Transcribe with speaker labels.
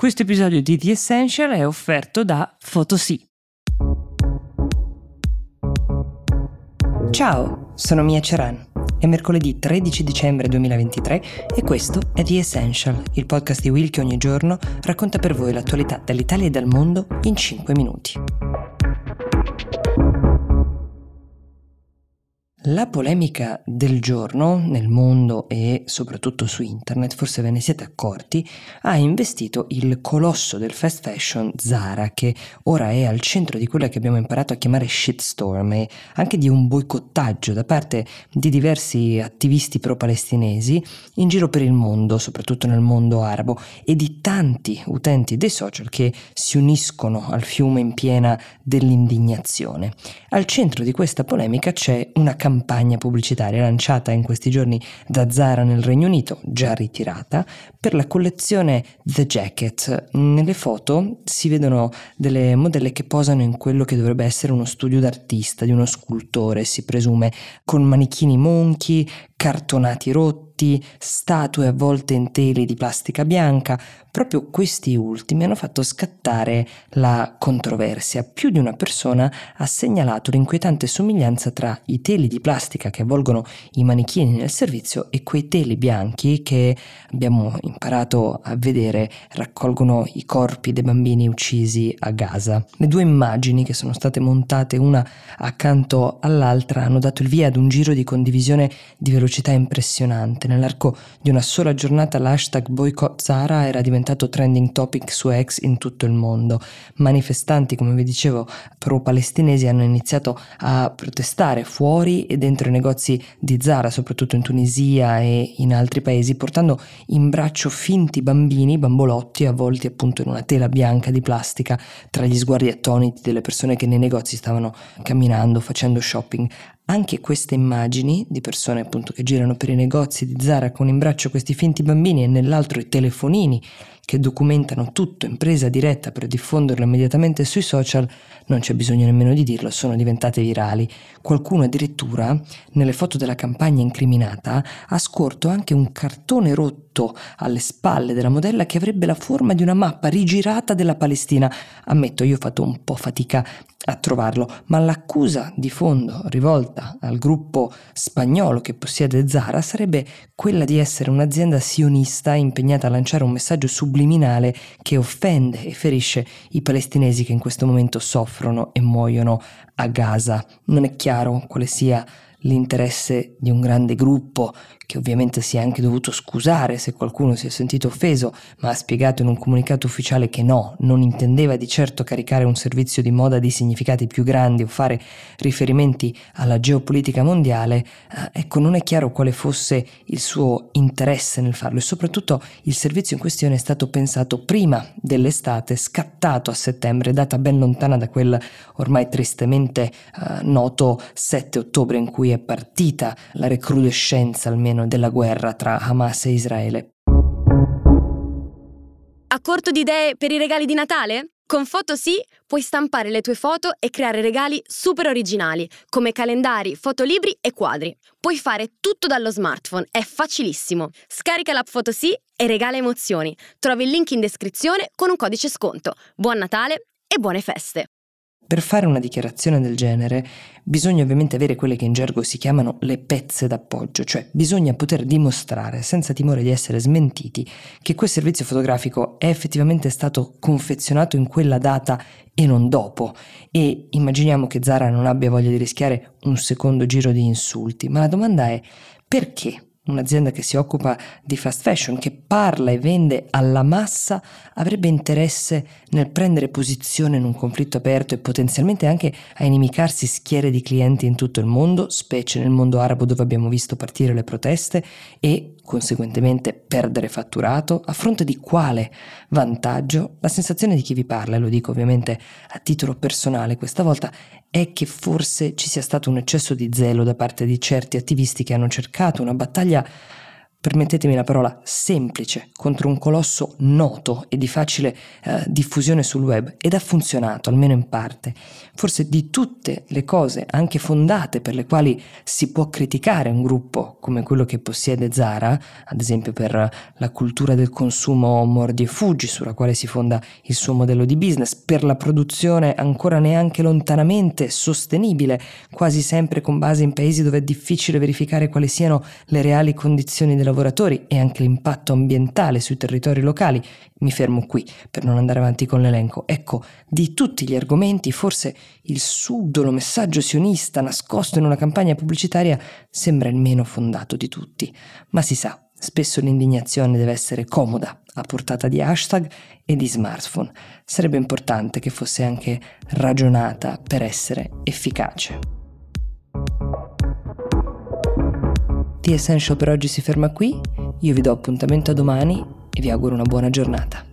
Speaker 1: Questo episodio di The Essential è offerto da Photosea. Ciao, sono Mia Ceran. È mercoledì 13 dicembre 2023 e questo è The Essential, il podcast di Will che ogni giorno racconta per voi l'attualità dall'Italia e dal mondo in 5 minuti. La polemica del giorno nel mondo e soprattutto su internet, forse ve ne siete accorti, ha investito il colosso del fast fashion Zara, che ora è al centro di quella che abbiamo imparato a chiamare shitstorm e anche di un boicottaggio da parte di diversi attivisti pro-palestinesi in giro per il mondo, soprattutto nel mondo arabo, e di tanti utenti dei social che si uniscono al fiume in piena dell'indignazione. Al centro di questa polemica c'è una campagna pubblicitaria lanciata in questi giorni da Zara nel Regno Unito, già ritirata, per la collezione The Jacket. Nelle foto si vedono delle modelle che posano in quello che dovrebbe essere uno studio d'artista, di uno scultore, si presume, con manichini monchi, cartonati rotti, statue avvolte in teli di plastica bianca. Proprio questi ultimi hanno fatto scattare la controversia. Più di una persona ha segnalato l'inquietante somiglianza tra i teli di plastica che avvolgono i manichini nel servizio e quei teli bianchi che abbiamo imparato a vedere raccolgono i corpi dei bambini uccisi a Gaza. Le due immagini, che sono state montate una accanto all'altra, hanno dato il via ad un giro di condivisione di velocità impressionante. Nell'arco di una sola giornata l'hashtag Boycott Zara era diventato trending topic su X in tutto il mondo. Manifestanti, come vi dicevo, pro-palestinesi hanno iniziato a protestare fuori e dentro i negozi di Zara, soprattutto in Tunisia e in altri paesi, portando in braccio finti bambini, bambolotti, avvolti appunto in una tela bianca di plastica, tra gli sguardi attoniti delle persone che nei negozi stavano camminando, facendo shopping. Anche queste immagini di persone appunto che girano per i negozi di Zara con in braccio questi finti bambini e nell'altro i telefonini che documentano tutto in presa diretta per diffonderlo immediatamente sui social, non c'è bisogno nemmeno di dirlo, sono diventate virali. Qualcuno addirittura nelle foto della campagna incriminata ha scorto anche un cartone rotto alle spalle della modella che avrebbe la forma di una mappa rigirata della Palestina. Ammetto, io ho fatto un po' fatica a trovarlo, ma l'accusa di fondo rivolta al gruppo spagnolo che possiede Zara sarebbe quella di essere un'azienda sionista impegnata a lanciare un messaggio subliminale che offende e ferisce i palestinesi che in questo momento soffrono e muoiono a Gaza. Non è chiaro quale sia l'interesse di un grande gruppo che ovviamente si è anche dovuto scusare se qualcuno si è sentito offeso, ma ha spiegato in un comunicato ufficiale che no, non intendeva di certo caricare un servizio di moda di significati più grandi o fare riferimenti alla geopolitica mondiale. Ecco, non è chiaro quale fosse il suo interesse nel farlo e soprattutto il servizio in questione è stato pensato prima dell'estate, scattato a settembre, data ben lontana da quel ormai tristemente noto 7 ottobre in cui è partita la recrudescenza almeno della guerra tra Hamas e Israele.
Speaker 2: A corto di idee per i regali di Natale? Con Photosea puoi stampare le tue foto e creare regali super originali, come calendari, fotolibri e quadri. Puoi fare tutto dallo smartphone, è facilissimo. Scarica l'app Photosea e regala emozioni. Trovi il link in descrizione con un codice sconto. Buon Natale e buone feste!
Speaker 1: Per fare una dichiarazione del genere bisogna ovviamente avere quelle che in gergo si chiamano le pezze d'appoggio, cioè bisogna poter dimostrare senza timore di essere smentiti che quel servizio fotografico è effettivamente stato confezionato in quella data e non dopo. E immaginiamo che Zara non abbia voglia di rischiare un secondo giro di insulti, ma la domanda è: perché un'azienda che si occupa di fast fashion, che parla e vende alla massa, avrebbe interesse nel prendere posizione in un conflitto aperto e potenzialmente anche a inimicarsi schiere di clienti in tutto il mondo, specie nel mondo arabo dove abbiamo visto partire le proteste, e conseguentemente perdere fatturato? A fronte di quale vantaggio? La sensazione di chi vi parla, e lo dico ovviamente a titolo personale questa volta, è che forse ci sia stato un eccesso di zelo da parte di certi attivisti che hanno cercato una battaglia permettetemi la parola, semplice contro un colosso noto e di facile diffusione sul web, ed ha funzionato, almeno in parte. Forse di tutte le cose, anche fondate, per le quali si può criticare un gruppo come quello che possiede Zara, ad esempio per la cultura del consumo mordi e fuggi, sulla quale si fonda il suo modello di business, per la produzione ancora neanche lontanamente sostenibile, quasi sempre con base in paesi dove è difficile verificare quali siano le reali condizioni dei lavoratori e anche l'impatto ambientale sui territori locali. Mi fermo qui per non andare avanti con l'elenco. Ecco, di tutti gli argomenti, forse il subdolo messaggio sionista nascosto in una campagna pubblicitaria sembra il meno fondato di tutti. Ma si sa, spesso l'indignazione deve essere comoda, a portata di hashtag e di smartphone. Sarebbe importante che fosse anche ragionata per essere efficace. The Essential per oggi si ferma qui, io vi do appuntamento a domani e vi auguro una buona giornata.